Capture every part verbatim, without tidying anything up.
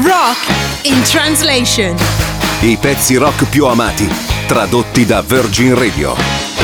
Rock in Translation. I pezzi rock più amati, tradotti da Virgin Radio.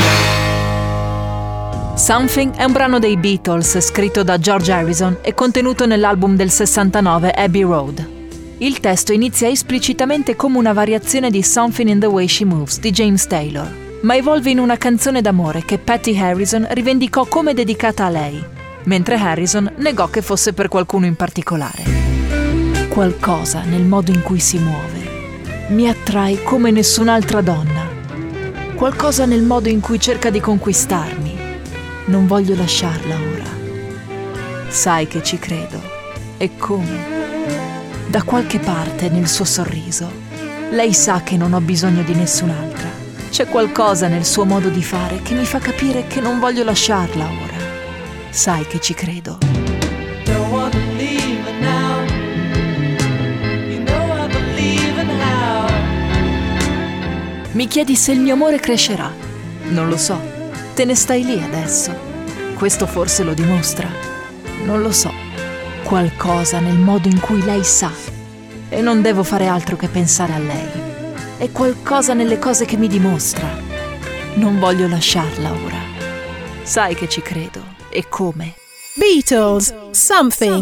Something è un brano dei Beatles scritto da George Harrison e contenuto nell'album del sessantanove Abbey Road. Il testo inizia esplicitamente come una variazione di Something in the Way She Moves di James Taylor, ma evolve in una canzone d'amore che Patty Harrison rivendicò come dedicata a lei, mentre Harrison negò che fosse per qualcuno in particolare. Qualcosa nel modo in cui si muove mi attrae come nessun'altra donna. Qualcosa nel modo in cui cerca di conquistarmi. Non voglio lasciarla ora. Sai che ci credo. E come? Da qualche parte nel suo sorriso. Lei sa che non ho bisogno di nessun'altra. C'è qualcosa nel suo modo di fare che mi fa capire che non voglio lasciarla ora. Sai che ci credo. Don't want to leave her now. You know I believe in how. Mi chiedi se il mio amore crescerà. Non lo so. Te ne stai lì adesso. Questo forse lo dimostra. Non lo so. Qualcosa nel modo in cui lei sa. E non devo fare altro che pensare a lei. È qualcosa nelle cose che mi dimostra. Non voglio lasciarla ora. Sai che ci credo. E come? Beatles, Something.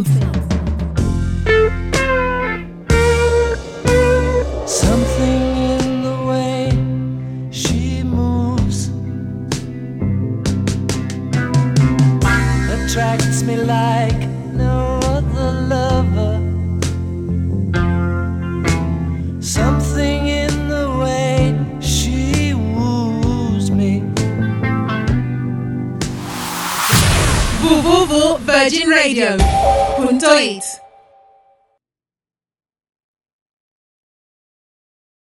Something in the way she moves attracts me like no other lover. Something in the way she woos me. w w w punto virgin radio punto it